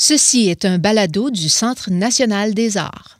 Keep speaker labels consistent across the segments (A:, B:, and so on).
A: Ceci est un balado du Centre national des arts.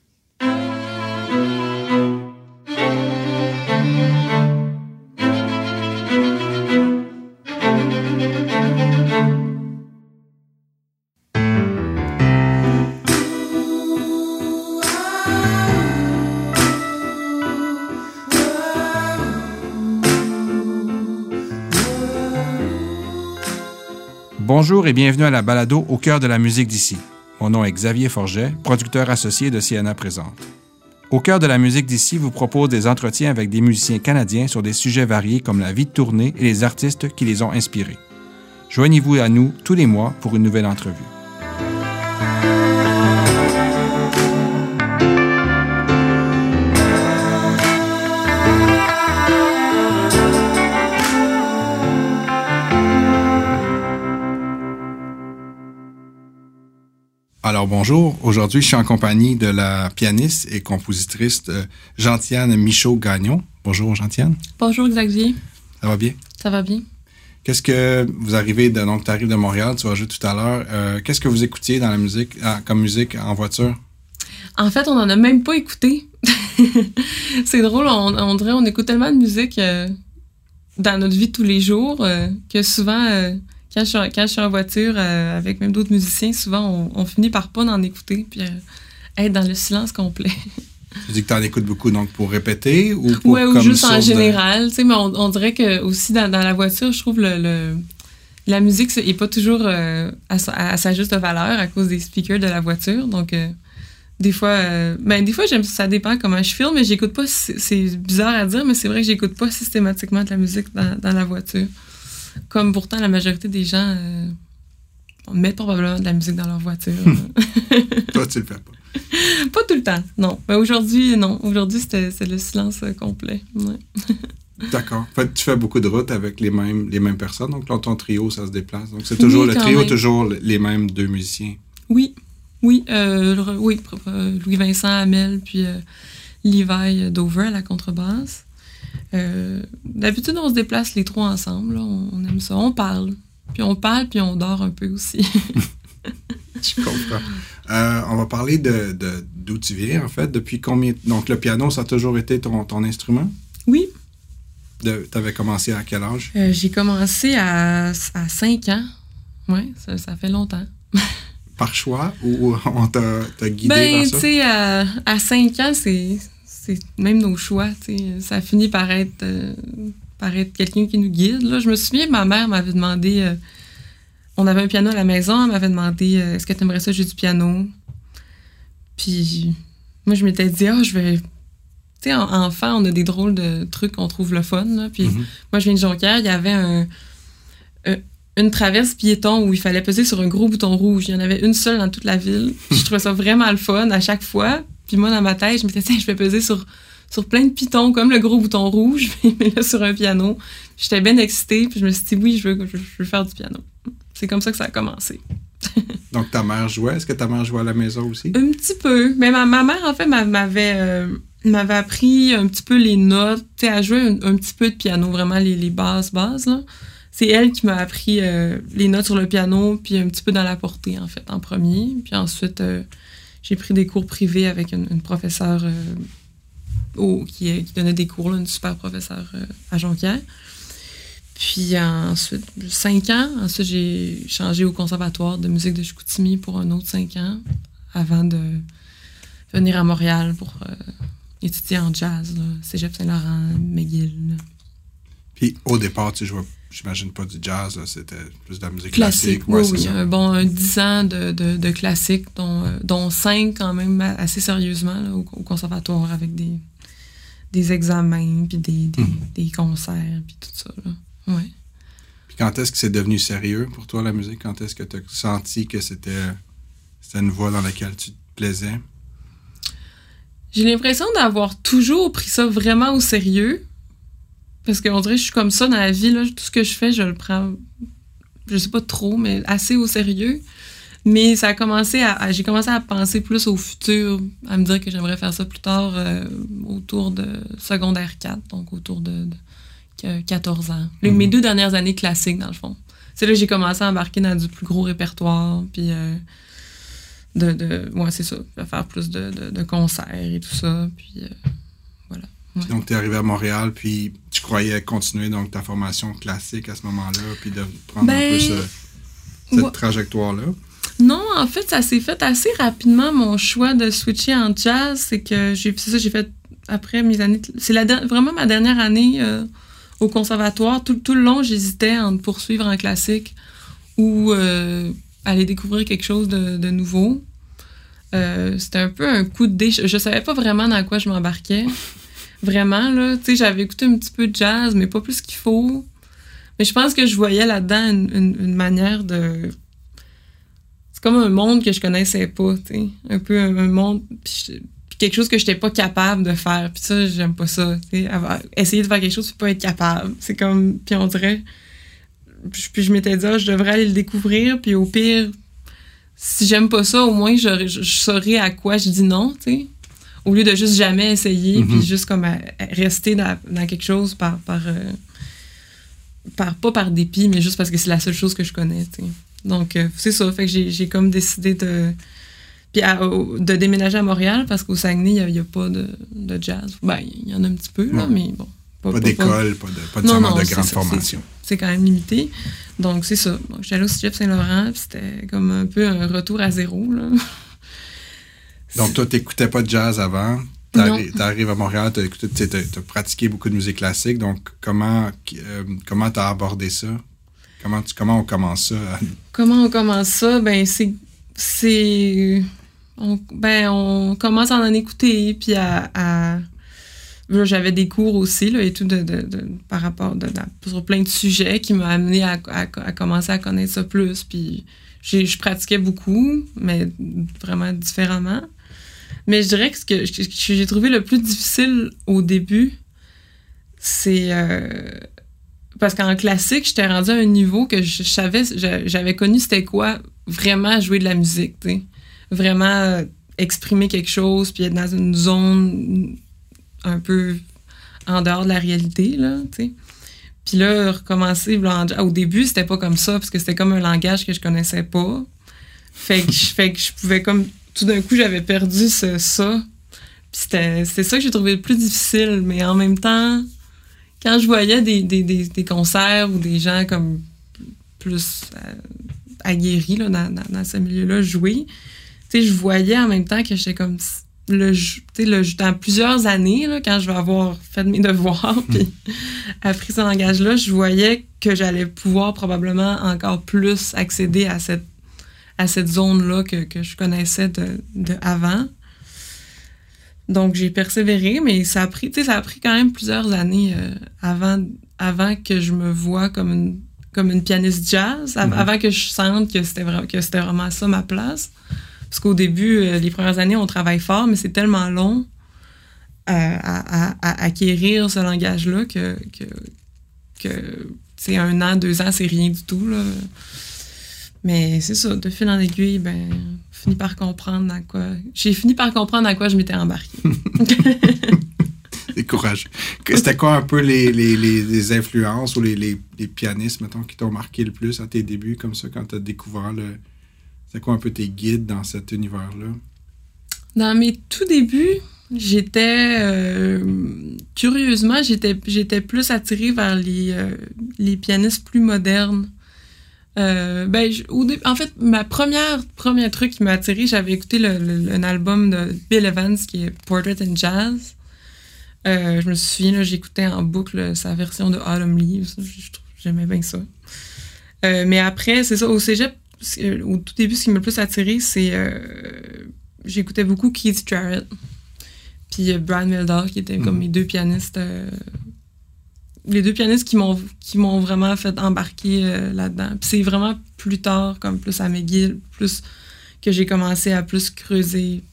B: Bonjour et bienvenue à la balado Au cœur de la musique d'ici. Mon nom est Xavier Forget, producteur associé de CNA Présente. Au cœur de la musique d'ici vous propose des entretiens avec des musiciens canadiens sur des sujets variés comme la vie de tournée et les artistes qui les ont inspirés. Joignez-vous à nous tous les mois pour une nouvelle entrevue. Alors bonjour, aujourd'hui je suis en compagnie de la pianiste et compositrice Gentiane Michaud-Gagnon. Bonjour Gentiane.
C: Bonjour Xavier.
B: Ça va bien?
C: Ça va bien.
B: Qu'est-ce que vous arrivez de, donc tu arrives de Montréal, tu vas jouer tout à l'heure. Qu'est-ce que vous écoutiez dans la musique, comme musique en voiture?
C: En fait, on n'en a même pas écouté. C'est drôle, on dirait on écoute tellement de musique dans notre vie de tous les jours que souvent... Quand je suis en voiture avec même d'autres musiciens, souvent, on finit par pas en écouter puis être dans le silence complet.
B: Tu dis que tu en écoutes beaucoup, donc pour répéter ou pour
C: ouais, ou
B: comme
C: juste en général. Tu sais, mais on dirait que aussi dans la voiture, je trouve la musique n'est pas toujours à sa juste valeur à cause des speakers de la voiture. Donc, des fois, j'aime ça dépend comment je filme, mais j'écoute pas, c'est bizarre à dire, mais c'est vrai que j'écoute pas systématiquement de la musique dans la voiture. Comme pourtant la majorité des gens mettent probablement de la musique dans leur voiture.
B: Toi, tu le fais pas.
C: Pas tout le temps, non. Mais aujourd'hui, non. Aujourd'hui, c'est le silence complet. Ouais.
B: D'accord. En fait, tu fais beaucoup de routes avec les mêmes personnes. Donc, là, ton trio, ça se déplace. Donc, c'est toujours le trio, toujours les mêmes deux musiciens.
C: Oui. Louis-Vincent Hamel, puis Levi Dover à la contrebasse. D'habitude, on se déplace les trois ensemble. Là. On aime ça. On parle, puis on dort un peu aussi.
B: Je comprends. On va parler d'où tu viens, en fait. Depuis combien... Donc, le piano, ça a toujours été ton instrument?
C: Oui.
B: Tu avais commencé à quel âge?
C: J'ai commencé à 5 ans. Oui, ça fait longtemps.
B: Par choix ou on t'a guidé vers ça?
C: Tu sais, à 5 ans, c'est même nos choix, tu sais, ça finit par être quelqu'un qui nous guide. Là. Je me souviens, ma mère m'avait demandé, on avait un piano à la maison, elle m'avait demandé, est-ce que tu aimerais ça jouer du piano? Puis moi, je m'étais dit, je vais... Tu sais, enfant, on a des drôles de trucs qu'on trouve le fun. Là. Puis moi, je viens de Jonquière, il y avait une traverse piéton où il fallait peser sur un gros bouton rouge. Il y en avait une seule dans toute la ville. Je trouvais ça vraiment le fun à chaque fois. Puis moi, dans ma tête, je m'étais dit, je vais peser sur plein de pitons, comme le gros bouton rouge, mais là, sur un piano. J'étais bien excitée, puis je me suis dit, oui, je veux faire du piano. C'est comme ça que ça a commencé.
B: Donc, ta mère jouait? Est-ce que ta mère jouait à la maison aussi?
C: Un petit peu. Mais ma mère, en fait, m'avait appris un petit peu les notes. Tu sais, elle jouait un petit peu de piano, vraiment les bases, là. C'est elle qui m'a appris les notes sur le piano, puis un petit peu dans la portée, en fait, en premier. Puis ensuite... j'ai pris des cours privés avec une professeure qui donnait des cours, là, une super professeure à Jonquière. Puis ensuite, 5 ans. Ensuite, j'ai changé au conservatoire de musique de Chicoutimi pour un autre 5 ans avant de venir à Montréal pour étudier en jazz, là, Cégep Saint-Laurent, McGill. Là.
B: Puis au départ, tu jouais, j'imagine pas du jazz, là, c'était plus de la musique classique.
C: Ouais, oui, un 10 ans de classique, dont 5 quand même assez sérieusement là, au conservatoire avec des examens, puis des concerts, puis tout ça. Là. Ouais.
B: Puis quand est-ce que c'est devenu sérieux pour toi, la musique? Quand est-ce que tu as senti que c'était une voie dans laquelle tu te plaisais?
C: J'ai l'impression d'avoir toujours pris ça vraiment au sérieux. Parce qu'on dirait que je suis comme ça dans la vie. Là, tout ce que je fais, je le prends, je sais pas trop, mais assez au sérieux. Mais ça a commencé j'ai commencé à penser plus au futur, à me dire que j'aimerais faire ça plus tard, autour de secondaire 4, donc autour de 14 ans. Mes 2 dernières années classiques, dans le fond. C'est là que j'ai commencé à embarquer dans du plus gros répertoire, puis ouais, c'est ça, de faire plus de concerts et tout ça, puis voilà. Ouais.
B: Donc, tu es arrivé à Montréal, puis tu croyais continuer donc ta formation classique à ce moment-là, puis de prendre un peu cette trajectoire-là?
C: Non, en fait, ça s'est fait assez rapidement, mon choix de switcher en jazz. C'est que j'ai fait après mes années... C'est vraiment ma dernière année au conservatoire. Tout le long, j'hésitais entre poursuivre en classique ou aller découvrir quelque chose de nouveau. C'était un peu un coup de dé. Je savais pas vraiment dans quoi je m'embarquais. Vraiment, là. Tu sais, j'avais écouté un petit peu de jazz, mais pas plus qu'il faut. Mais je pense que je voyais là-dedans une manière de... C'est comme un monde que je connaissais pas, tu sais. Un peu un monde... Puis quelque chose que j'étais pas capable de faire. Puis ça, j'aime pas ça, tu sais. Essayer de faire quelque chose, puis pas être capable. C'est comme... Puis on dirait... Puis je m'étais dit, je devrais aller le découvrir, puis au pire, si j'aime pas ça, au moins, je saurais à quoi je dis non, tu sais. Au lieu de juste jamais essayer, puis juste comme rester dans quelque chose pas par dépit, mais juste parce que c'est la seule chose que je connais, tu sais. Donc, c'est ça. Fait que j'ai comme décidé de déménager à Montréal parce qu'au Saguenay, il n'y a pas de jazz. Ben, il y en a un petit peu, là, mais bon.
B: Pas d'école, pas nécessairement de grande formation.
C: C'est quand même limité. Donc, c'est ça. Donc, j'étais allée au Cégep Saint-Laurent, puis c'était comme un peu un retour à zéro, là.
B: Donc, toi, t'écoutais pas de jazz avant. T'arrives à Montréal, t'as pratiqué beaucoup de musique classique. Donc, comment t'as abordé ça? Comment on commence ça?
C: Comment on commence ça? Ben, on commence à en écouter, puis là, j'avais des cours aussi, là, et tout, par rapport sur plein de sujets qui m'ont amené à commencer à connaître ça plus. Puis, je pratiquais beaucoup, mais vraiment différemment. Mais je dirais que ce que j'ai trouvé le plus difficile au début, c'est... parce qu'en classique, j'étais rendue à un niveau que j'avais connu c'était quoi vraiment jouer de la musique, tu sais. Vraiment exprimer quelque chose, puis être dans une zone un peu en dehors de la réalité, là, tu sais. Puis là, recommencer, au début, c'était pas comme ça, parce que c'était comme un langage que je connaissais pas. Fait que je pouvais comme... Tout d'un coup, j'avais perdu ça. Puis c'était ça que j'ai trouvé le plus difficile. Mais en même temps, quand je voyais des concerts ou des gens comme plus aguerris là, dans ce milieu-là jouer, tu sais, je voyais en même temps que j'étais comme... dans plusieurs années, là, quand je vais avoir fait mes devoirs puis appris ce langage-là, je voyais que j'allais pouvoir probablement encore plus accéder à cette zone-là que je connaissais de avant. Donc, j'ai persévéré, mais ça a pris quand même plusieurs années avant que je me voie comme une pianiste jazz, avant que je sente que c'était vraiment ça ma place. Parce qu'au début, les premières années, on travaille fort, mais c'est tellement long à acquérir ce langage-là que c'est 1 an, 2 ans, c'est rien du tout, là. Mais c'est ça, de fil en aiguille, j'ai fini par comprendre à quoi je m'étais embarquée.
B: C'est courageux. C'était quoi un peu les influences ou les pianistes, mettons, qui t'ont marqué le plus à tes débuts, comme ça, quand tu as découvert c'est quoi un peu tes guides dans cet univers-là?
C: Dans mes tout débuts, curieusement, j'étais plus attirée vers les pianistes plus modernes. En fait, premier truc qui m'a attirée, j'avais écouté un album de Bill Evans qui est Portrait in Jazz. Je me souviens, là, j'écoutais en boucle sa version de Autumn Leaves. J'aimais bien ça. Mais après, c'est ça, au cégep, au tout début, ce qui m'a le plus attiré, c'est... j'écoutais beaucoup Keith Jarrett, puis Brad Mehldau, qui étaient comme mes deux pianistes... les deux pianistes qui m'ont vraiment fait embarquer là-dedans. Puis c'est vraiment plus tard, comme plus à McGill, plus que j'ai commencé à plus creuser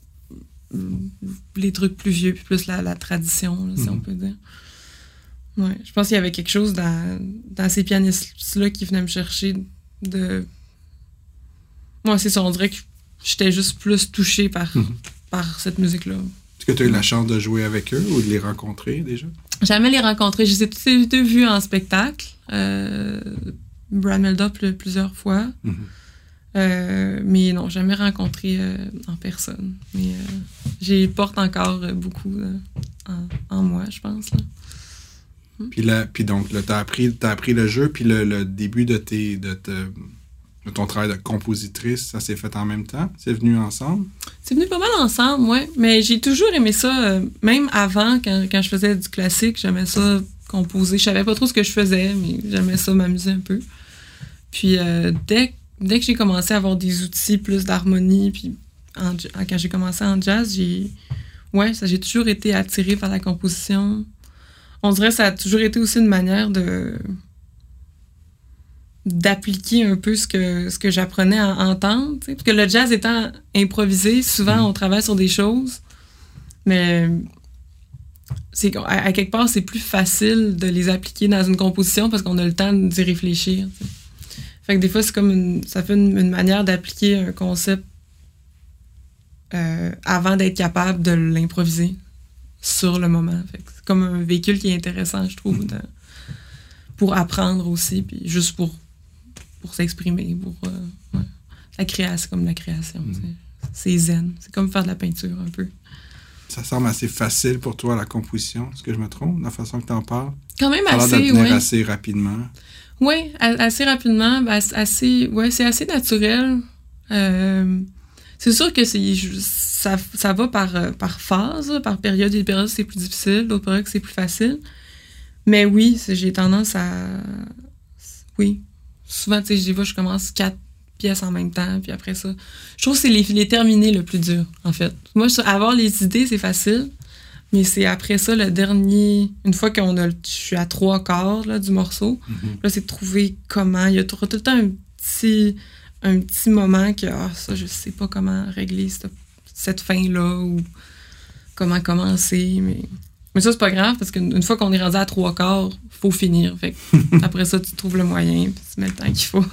C: les trucs plus vieux, puis plus la tradition, là, si on peut dire. Ouais, je pense qu'il y avait quelque chose dans ces pianistes-là qui venaient me chercher de... Moi, c'est ça, on dirait que j'étais juste plus touchée par cette musique-là.
B: Est-ce que tu as eu la chance de jouer avec eux ou de les rencontrer déjà?
C: Jamais les rencontrer. Je les ai tous les deux vus en spectacle. Brad Mehldau plusieurs fois. Mais non, jamais rencontré en personne. Mais j'y porte encore beaucoup en moi, je pense. Là.
B: Puis donc, là, t'as appris le jeu, puis le début de ton travail de compositrice, ça s'est fait en même temps? C'est venu ensemble?
C: C'est venu pas mal ensemble, oui. Mais j'ai toujours aimé ça, même avant, quand je faisais du classique, j'aimais ça composer. Je savais pas trop ce que je faisais, mais j'aimais ça m'amuser un peu. Puis dès que j'ai commencé à avoir des outils plus d'harmonie, puis quand j'ai commencé en jazz, j'ai toujours été attirée par la composition. On dirait que ça a toujours été aussi une manière d'appliquer un peu ce que j'apprenais à entendre. T'sais. Parce que le jazz étant improvisé, souvent on travaille sur des choses, mais à quelque part, c'est plus facile de les appliquer dans une composition parce qu'on a le temps d'y réfléchir. T'sais. Fait que des fois, c'est comme ça fait une manière d'appliquer un concept avant d'être capable de l'improviser sur le moment. Fait que c'est comme un véhicule qui est intéressant, je trouve, pour apprendre aussi, puis juste pour s'exprimer, pour la création, comme la création. C'est zen. C'est comme faire de la peinture, un peu.
B: Ça semble assez facile pour toi, la composition. Est-ce que je me trompe, la façon que tu en parles?
C: Quand même
B: assez,
C: oui.
B: Ça a l'air de venir assez rapidement.
C: Oui, assez rapidement. C'est assez naturel. C'est sûr que ça va par phase, par période. Il y a des périodes où c'est plus difficile, d'autres périodes où c'est plus facile. Mais oui, j'ai tendance à... Oui. Souvent, tu sais, je commence 4 pièces en même temps, puis après ça... Je trouve que c'est les terminer le plus dur, en fait. Moi, avoir les idées, c'est facile, mais c'est après ça, le dernier... Une fois que je suis à 3/4 là, du morceau, là, c'est de trouver comment... Il y a tout le temps un petit moment que, ça, je sais pas comment régler cette fin-là, ou comment commencer, mais ça, c'est pas grave, parce qu'une fois qu'on est rendu à 3/4, faut finir. Fait après ça, tu trouves le moyen, puis tu mets le temps qu'il faut.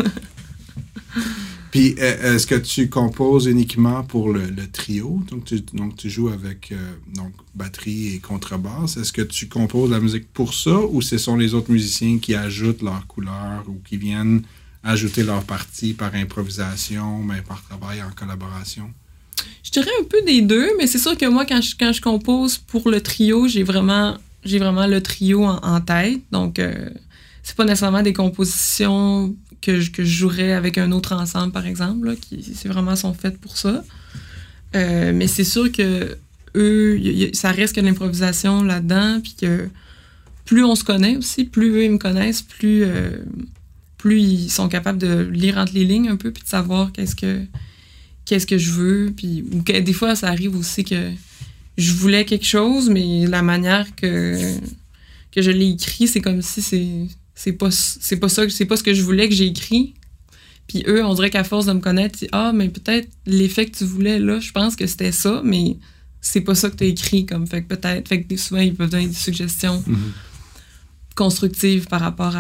B: Puis, est-ce que tu composes uniquement pour le trio? Donc, tu joues avec batterie et contrebasse. Est-ce que tu composes la musique pour ça, ou ce sont les autres musiciens qui ajoutent leur couleur ou qui viennent ajouter leur partie par improvisation, mais par travail en collaboration?
C: Je dirais un peu des deux, mais c'est sûr que moi, quand je compose pour le trio, j'ai vraiment le trio en tête. Donc, c'est pas nécessairement des compositions que je jouerais avec un autre ensemble, par exemple, là, qui sont faites pour ça. Mais c'est sûr que eux, ça reste que de l'improvisation là-dedans, puis que plus on se connaît aussi, plus eux, ils me connaissent, plus ils sont capables de lire entre les lignes un peu, puis de savoir qu'est-ce que je veux. Puis, des fois, ça arrive aussi que je voulais quelque chose, mais la manière que je l'ai écrit, c'est comme si c'est pas ce que je voulais que j'ai écrit. Puis eux, on dirait qu'à force de me connaître, mais peut-être l'effet que tu voulais là, je pense que c'était ça, mais c'est pas ça que tu as écrit. Fait que souvent, ils peuvent donner des suggestions constructives par rapport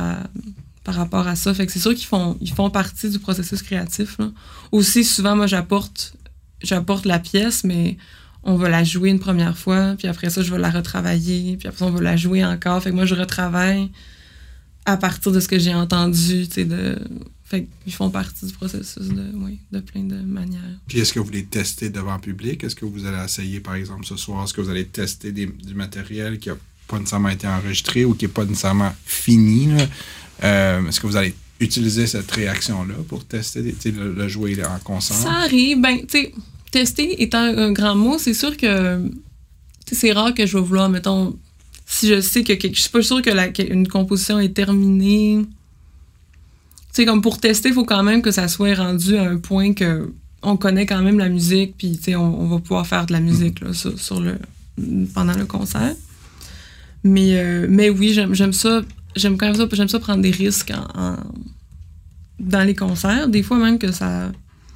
C: à ça. Fait que c'est sûr qu'ils font partie du processus créatif. Là. Aussi, souvent, moi, j'apporte la pièce, mais on va la jouer une première fois, puis après ça, je vais la retravailler, puis après ça, on va la jouer encore. Fait que moi, je retravaille à partir de ce que j'ai entendu, tu sais, Fait qu'ils font partie du processus de plein de manières.
B: Puis est-ce que vous les testez devant le public? Est-ce que vous allez essayer, par exemple, ce soir, est-ce que vous allez tester du matériel qui n'a pas nécessairement été enregistré ou qui n'est pas nécessairement fini, là? Est-ce que vous allez utiliser cette réaction-là pour tester, le jouer en concert?
C: Ça arrive. Ben, tu sais, tester étant un grand mot, c'est sûr que c'est rare que je vais vouloir, mettons, si je sais que je suis pas sûre que une composition est terminée. Tu sais, comme pour tester, il faut quand même que ça soit rendu à un point que on connaît quand même la musique, puis tu sais, on va pouvoir faire de la musique là, pendant le concert. Mais oui, j'aime ça. J'aime ça prendre des risques dans les concerts. Des fois même que ça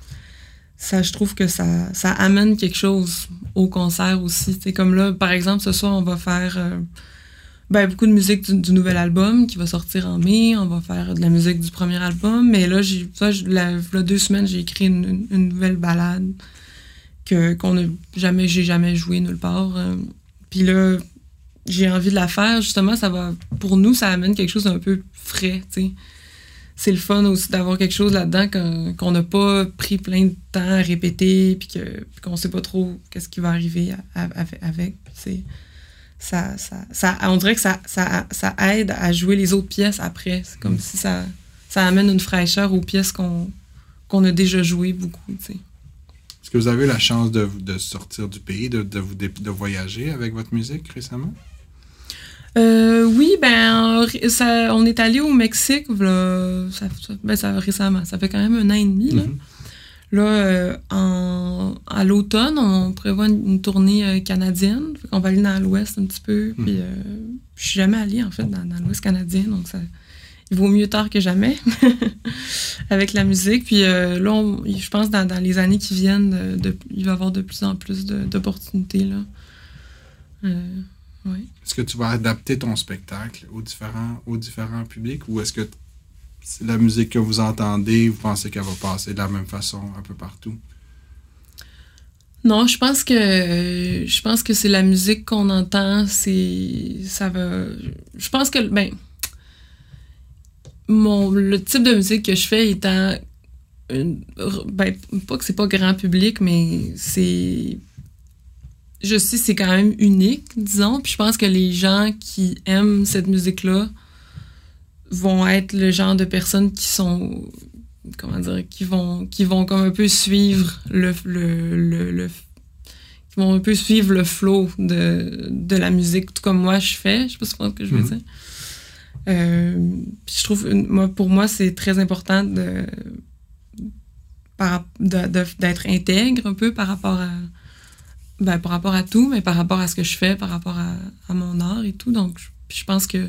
C: je trouve que ça amène quelque chose au concert aussi. T'sais, comme là, par exemple, ce soir, on va faire beaucoup de musique du nouvel album qui va sortir en mai. On va faire de la musique du premier album. Mais là, il y a 2 semaines, j'ai écrit une nouvelle ballade j'ai jamais joué nulle part. Puis là, j'ai envie de la faire. Justement, pour nous, ça amène quelque chose d'un peu frais, tu sais. c'est le fun aussi d'avoir quelque chose là-dedans qu'on n'a pas pris plein de temps à répéter, puis qu'on sait pas trop qu'est-ce qui va arriver avec. On dirait que ça aide à jouer les autres pièces après. C'est comme si ça amène une fraîcheur aux pièces qu'on a déjà jouées beaucoup, tu sais.
B: Est-ce que vous avez eu la chance de sortir du pays, de voyager avec votre musique récemment?
C: Oui, on est allé au Mexique là, récemment. Ça fait quand même 1 an et demi. Là, à l'automne, on prévoit une tournée canadienne. On va aller dans l'Ouest un petit peu. Puis, je suis jamais allée, en fait, dans l'Ouest canadien. Donc, il vaut mieux tard que jamais avec la musique. Puis là, je pense que dans les années qui viennent, il va y avoir de plus en plus d'opportunités. Là. Oui.
B: Est-ce que tu vas adapter ton spectacle aux différents publics ou est-ce que c'est la musique que vous entendez, vous pensez qu'elle va passer de la même façon un peu partout?
C: Non, je pense que c'est la musique qu'on entend, je pense que le type de musique que je fais étant pas que c'est pas grand public, mais c'est quand même unique, disons. Puis je pense que les gens qui aiment cette musique-là vont être le genre de personnes qui sont, qui vont comme un peu suivre qui vont un peu suivre le flow de la musique, tout comme moi je fais. Je sais pas si tu comprends ce que je veux dire. Puis je trouve, pour moi, c'est très important d'être intègre un peu par rapport à tout, mais par rapport à ce que je fais, par rapport à mon art et tout. Donc, je pense que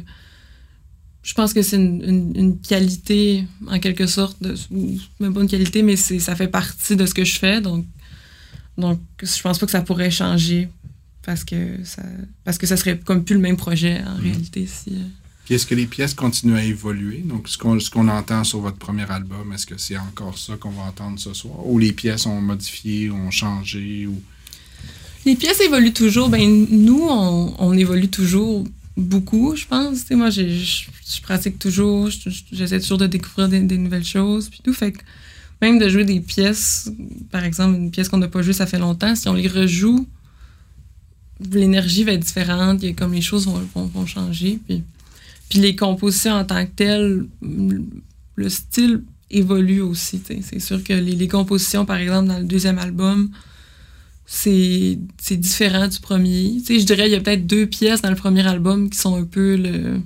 C: c'est une qualité, en quelque sorte, même pas une qualité, mais ça fait partie de ce que je fais. Donc je pense pas que ça pourrait changer parce que ça serait comme plus le même projet, en réalité.
B: Puis est-ce que les pièces continuent à évoluer? Donc, ce qu'on entend sur votre premier album, est-ce que c'est encore ça qu'on va entendre ce soir? Ou les pièces ont modifié, ont changé? Ou...
C: Les pièces évoluent toujours. Nous, on évolue toujours beaucoup, je pense. T'sais, moi, je pratique toujours. J'essaie toujours de découvrir des nouvelles choses. Puis tout. Fait que même de jouer des pièces, par exemple, une pièce qu'on n'a pas jouée ça fait longtemps, si on les rejoue, l'énergie va être différente. Comme les choses vont changer. Puis les compositions en tant que telles, le style évolue aussi. T'sais. C'est sûr que les compositions, par exemple, dans le deuxième album, c'est différent du premier. T'sais, je dirais qu'il y a peut-être 2 pièces dans le premier album qui sont un peu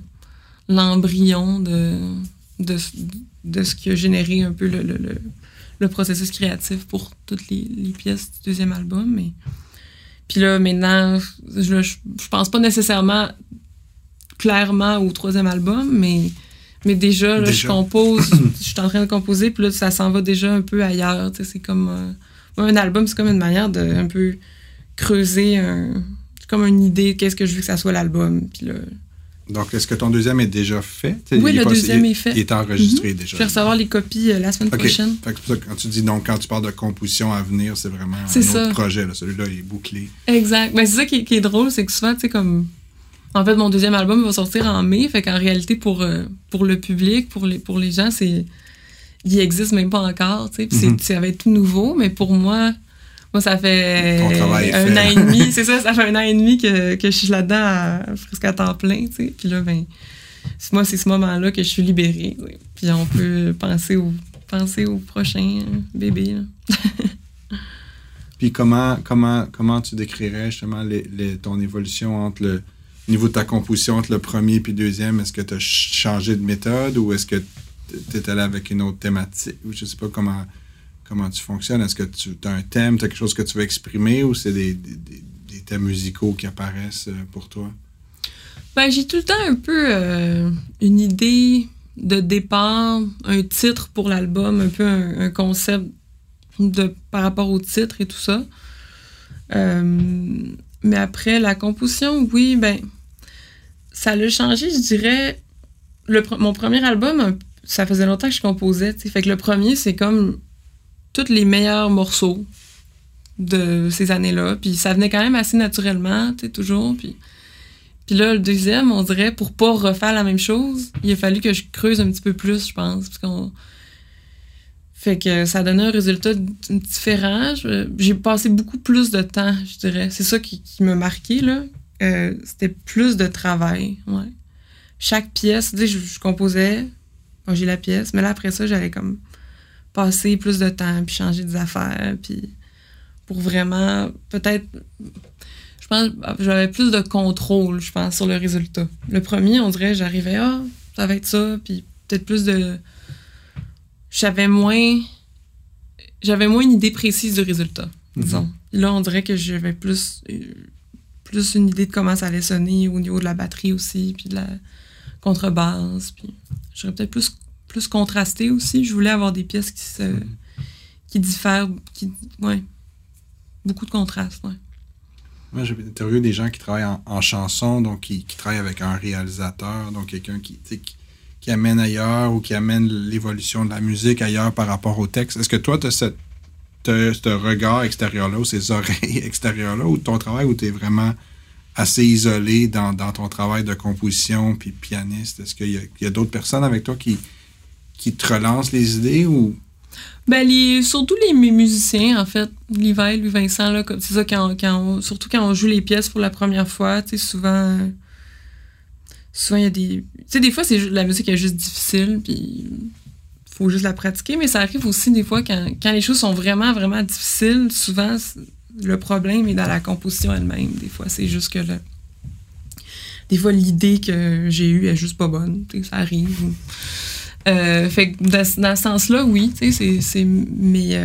C: l'embryon de ce qui a généré un peu le processus créatif pour toutes les pièces du deuxième album. Puis là, maintenant, je pense pas nécessairement clairement au 3e album, mais déjà, là, je compose, je suis en train de composer, puis là, ça s'en va déjà un peu ailleurs. C'est comme... un album, c'est comme une manière de un peu creuser comme une idée, qu'est-ce que je veux que ça soit l'album. Puis là... Donc,
B: est-ce que ton deuxième est déjà fait?
C: Oui, le deuxième est fait.
B: Il est enregistré déjà.
C: Je vais recevoir les copies la semaine prochaine.
B: Fait que c'est pour ça que quand tu parles de composition à venir, c'est vraiment autre projet. Là. Celui-là, il est bouclé. Exact.
C: C'est ça qui est drôle, c'est que souvent, tu sais, comme... En fait, mon deuxième album va sortir en mai, fait qu'en réalité, pour le public, pour les gens, il existe même pas encore, tu sais, ça va être tout nouveau, mais pour moi, ça fait 1 an et demi, c'est ça fait 1 an et demi que je suis là-dedans presque à temps plein, tu sais, puis là, moi, c'est ce moment-là que je suis libérée, oui. Puis on peut penser au prochain bébé, là.
B: Puis comment tu décrirais justement ton évolution entre au niveau de ta composition entre le premier puis le deuxième? Est-ce que tu as changé de méthode ou est-ce que tu es allé avec une autre thématique? Je sais pas comment tu fonctionnes. Est-ce que tu as un thème, tu as quelque chose que tu veux exprimer ou c'est des thèmes musicaux qui apparaissent pour toi?
C: J'ai tout le temps un peu une idée de départ, un titre pour l'album, un peu un concept par rapport au titre et tout ça. Mais après, la composition, oui, ça l'a changé, je dirais. Mon premier album, ça faisait longtemps que je composais, t'sais. Fait que le premier, c'est comme tous les meilleurs morceaux de ces années-là. Puis ça venait quand même assez naturellement, toujours. Puis Puis là, le deuxième, on dirait, pour pas refaire la même chose, il a fallu que je creuse un petit peu plus, je pense. Fait que ça donnait un résultat différent. J'ai passé beaucoup plus de temps, je dirais. C'est ça qui m'a marqué, là. C'était plus de travail, ouais. Chaque pièce, tu sais, je composais, bon, j'ai la pièce, mais là, après ça, j'allais comme passer plus de temps, puis changer des affaires, puis pour vraiment, peut-être... Je pense que j'avais plus de contrôle, je pense, sur le résultat. Le premier, on dirait, j'arrivais, ça va être ça, puis peut-être plus de... J'avais moins une idée précise du résultat, disons. Là, on dirait que j'avais plus une idée de comment ça allait sonner au niveau de la batterie aussi, puis de la contrebasse, puis j'aurais peut-être plus contrasté aussi. Je voulais avoir des pièces qui diffèrent, beaucoup de contraste, ouais.
B: Moi, j'ai interviewé des gens qui travaillent en chanson, donc qui travaillent avec un réalisateur, donc quelqu'un qui amène ailleurs ou qui amène l'évolution de la musique ailleurs par rapport au texte. Est-ce que toi, tu as ce regard extérieur-là ou ces oreilles extérieures-là ou ton travail où tu es vraiment assez isolé dans ton travail de composition puis pianiste? Est-ce qu'il y a d'autres personnes avec toi qui te relancent les idées ou...
C: Ben, surtout mes musiciens, en fait. Livaille, Louis Vincent, là, c'est ça, surtout quand on joue les pièces pour la première fois, tu sais, souvent, il y a des... Tu sais, des fois, la musique est juste difficile, puis faut juste la pratiquer, mais ça arrive aussi des fois quand les choses sont vraiment, vraiment difficiles, souvent, le problème est dans la composition elle-même. Des fois, c'est juste que des fois, l'idée que j'ai eue est juste pas bonne, tu sais, ça arrive. Fait que dans ce sens-là, oui, tu sais, mais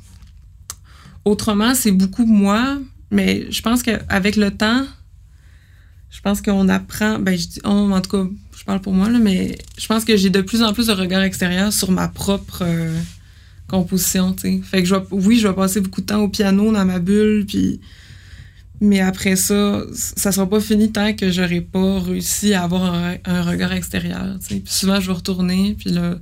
C: autrement, c'est beaucoup moi, mais je pense qu'avec le temps, je pense qu'on apprend, ben je dis en tout cas, je parle pour moi, là, mais je pense que j'ai de plus en plus de regard extérieur sur ma propre composition, tu sais. Fait que je vais passer beaucoup de temps au piano dans ma bulle, mais après ça sera pas fini tant que j'aurai pas réussi à avoir un regard extérieur, tu sais. Puis souvent, je vais retourner, puis là,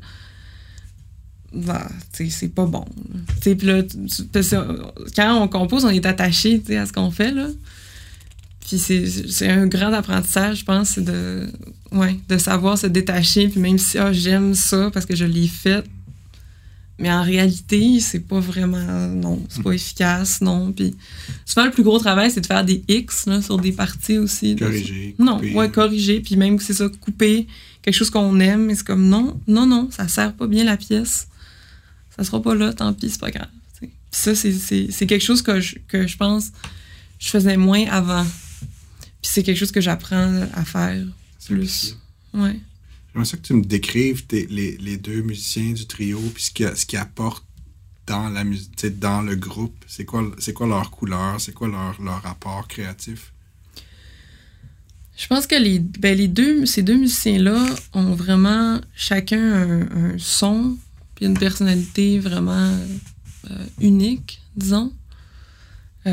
C: bah, tu sais, c'est pas bon. Tu sais, puis là, quand on compose, on est attaché, tu sais, à ce qu'on fait, là. Puis c'est un grand apprentissage, je pense, c'est de savoir se détacher, puis même si j'aime ça parce que je l'ai fait, mais en réalité, c'est pas vraiment... Non, c'est pas efficace, non. Puis souvent, le plus gros travail, c'est de faire des X là, sur des parties aussi.
B: Corriger,
C: couper. Non, corriger. Puis même, c'est ça, couper quelque chose qu'on aime. Mais c'est comme, non, ça sert pas bien la pièce. Ça sera pas là, tant pis, c'est pas grave. T'sais. Puis ça, c'est quelque chose que je pense je faisais moins avant. Puis c'est quelque chose que j'apprends à faire plus. Ouais.
B: J'aimerais ça que tu me décrives les deux musiciens du trio puis ce qu'ils apportent dans la musique, dans le groupe. C'est quoi leur couleur? C'est quoi leur rapport créatif?
C: Je pense que ces deux musiciens-là ont vraiment chacun un son puis une personnalité vraiment unique, disons. Puis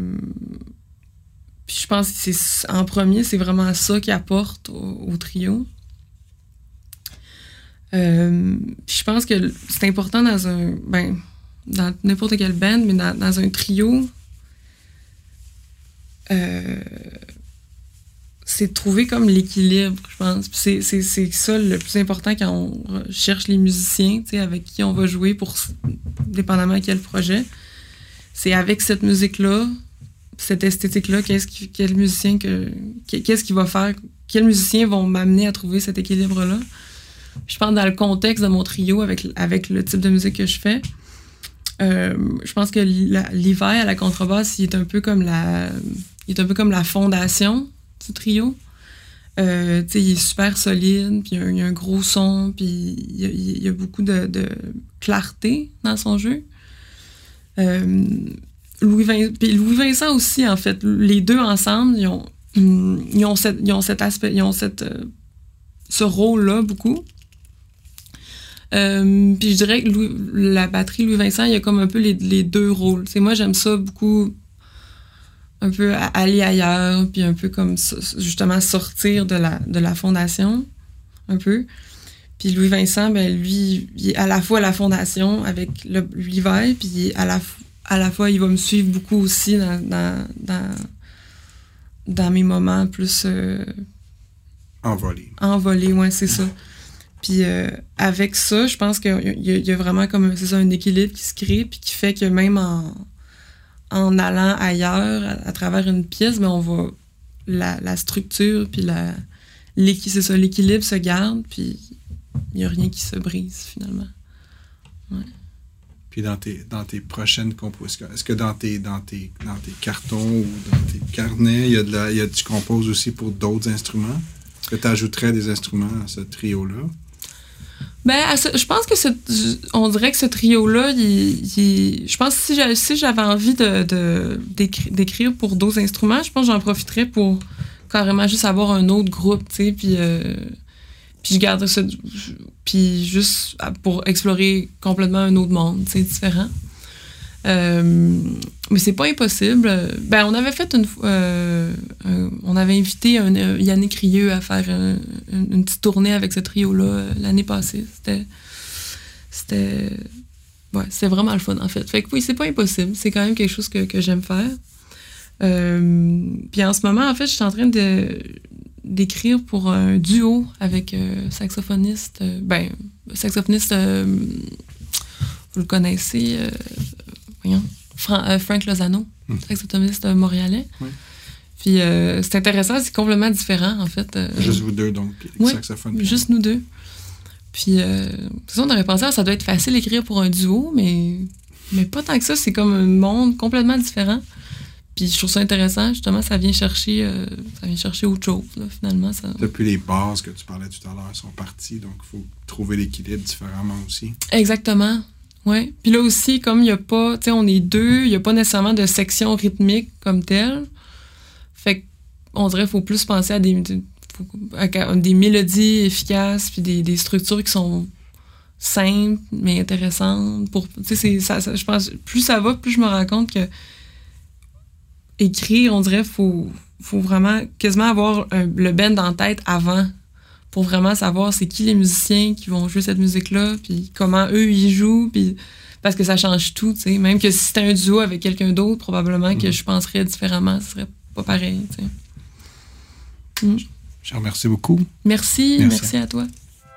C: je pense que en premier, c'est vraiment ça qui apporte au trio. Puis je pense que c'est important dans n'importe quelle band, mais dans un trio, c'est de trouver comme l'équilibre, je pense. Puis c'est ça le plus important quand on cherche les musiciens, tu sais, avec qui on va jouer dépendamment de quel projet. C'est avec cette musique-là, cette esthétique-là, qu'est-ce qui va faire, quels musiciens vont m'amener à trouver cet équilibre-là. Je pense dans le contexte de mon trio avec le type de musique que je fais. Je pense que l'hiver à la contrebasse, il est un peu comme la fondation du trio. Il est super solide, puis il y a un gros son, puis il y a beaucoup de clarté dans son jeu. Louis Vincent aussi, en fait, les deux ensemble, ils ont cet aspect, ils ont ce rôle-là beaucoup. Puis je dirais que la batterie Louis Vincent, il y a comme un peu les deux rôles. T'sais, moi, j'aime ça beaucoup, un peu aller ailleurs, puis un peu comme justement sortir de la fondation, un peu. Puis Louis Vincent, ben lui, il est à la fois la fondation avec l'hiver, puis à la fois, il va me suivre beaucoup aussi dans dans mes moments plus...
B: Envolé,
C: ouais, c'est ça. Puis avec ça, je pense qu'il y a vraiment comme un équilibre qui se crée, puis qui fait que même en allant ailleurs, à travers une pièce, ben on va... La structure, puis l'équilibre se garde, puis il n'y a rien qui se brise, finalement. Ouais.
B: Puis dans tes prochaines compositions, est-ce que dans tes cartons ou dans tes carnets, tu composes aussi pour d'autres instruments? Est-ce que tu ajouterais des instruments à ce trio-là?
C: Ben, je pense que on dirait que ce trio-là, je pense que si j'avais envie d'écrire pour d'autres instruments, je pense que j'en profiterais pour carrément juste avoir un autre groupe, tu sais, puis je garderais ça, puis juste pour explorer complètement un autre monde, tu sais, différent. Mais c'est pas impossible. Ben, on avait fait on avait invité Yannick Rieu à faire une petite tournée avec ce trio-là l'année passée. C'était vraiment le fun, en fait. Fait que oui, c'est pas impossible. C'est quand même quelque chose que j'aime faire. Puis en ce moment, en fait, je suis en train d'écrire pour un duo avec saxophoniste. Saxophoniste, vous le connaissez, Frank Lozano, saxophoniste montréalais. Oui. Puis c'est intéressant, c'est complètement différent, en fait.
B: Juste vous deux, donc,
C: oui,
B: saxophone.
C: Juste nous deux. Puis, c'est ça, on aurait pensé, ça doit être facile d'écrire pour un duo, mais pas tant que ça, c'est comme un monde complètement différent. Puis je trouve ça intéressant, justement, ça vient chercher autre chose, là, finalement.
B: Depuis les bases que tu parlais tout à l'heure sont parties, donc il faut trouver l'équilibre différemment aussi.
C: Exactement. Oui. Puis là aussi, comme il n'y a pas, tu sais, on est deux, il n'y a pas nécessairement de section rythmique comme telle. Fait qu'on dirait qu'il faut plus penser à des mélodies efficaces, puis des structures qui sont simples, mais intéressantes. Tu sais, je pense, plus ça va, plus je me rends compte que écrire, on dirait, faut vraiment quasiment avoir le band en tête avant, pour vraiment savoir c'est qui les musiciens qui vont jouer cette musique-là, puis comment eux, ils jouent, puis parce que ça change tout, tu sais. Même que si c'était un duo avec quelqu'un d'autre, probablement que je penserais différemment, ce serait pas pareil, tu sais.
B: Je te remercie beaucoup.
C: Merci à toi.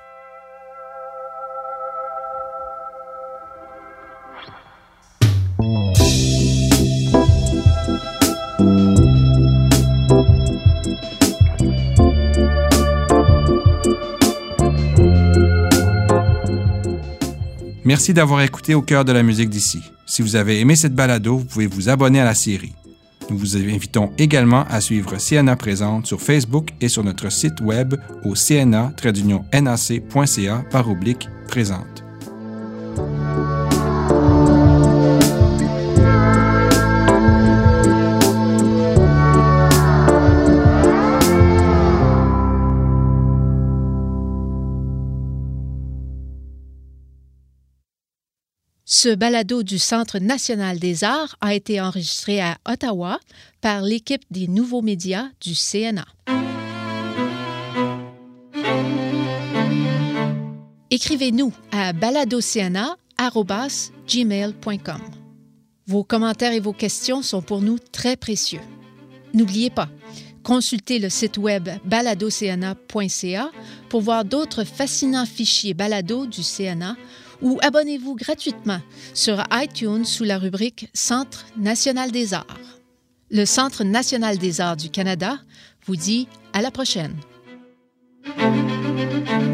B: Merci d'avoir écouté Au cœur de la musique d'ici. Si vous avez aimé cette balado, vous pouvez vous abonner à la série. Nous vous invitons également à suivre CNA Présente sur Facebook et sur notre site web au cna-nac.ca/présente.
A: Ce balado du Centre national des arts a été enregistré à Ottawa par l'équipe des nouveaux médias du CNA. Écrivez-nous à baladocna@gmail.com. Vos commentaires et vos questions sont pour nous très précieux. N'oubliez pas, consultez le site web baladocna.ca pour voir d'autres fascinants fichiers balado du CNA ou abonnez-vous gratuitement sur iTunes sous la rubrique Centre national des arts. Le Centre national des arts du Canada vous dit à la prochaine.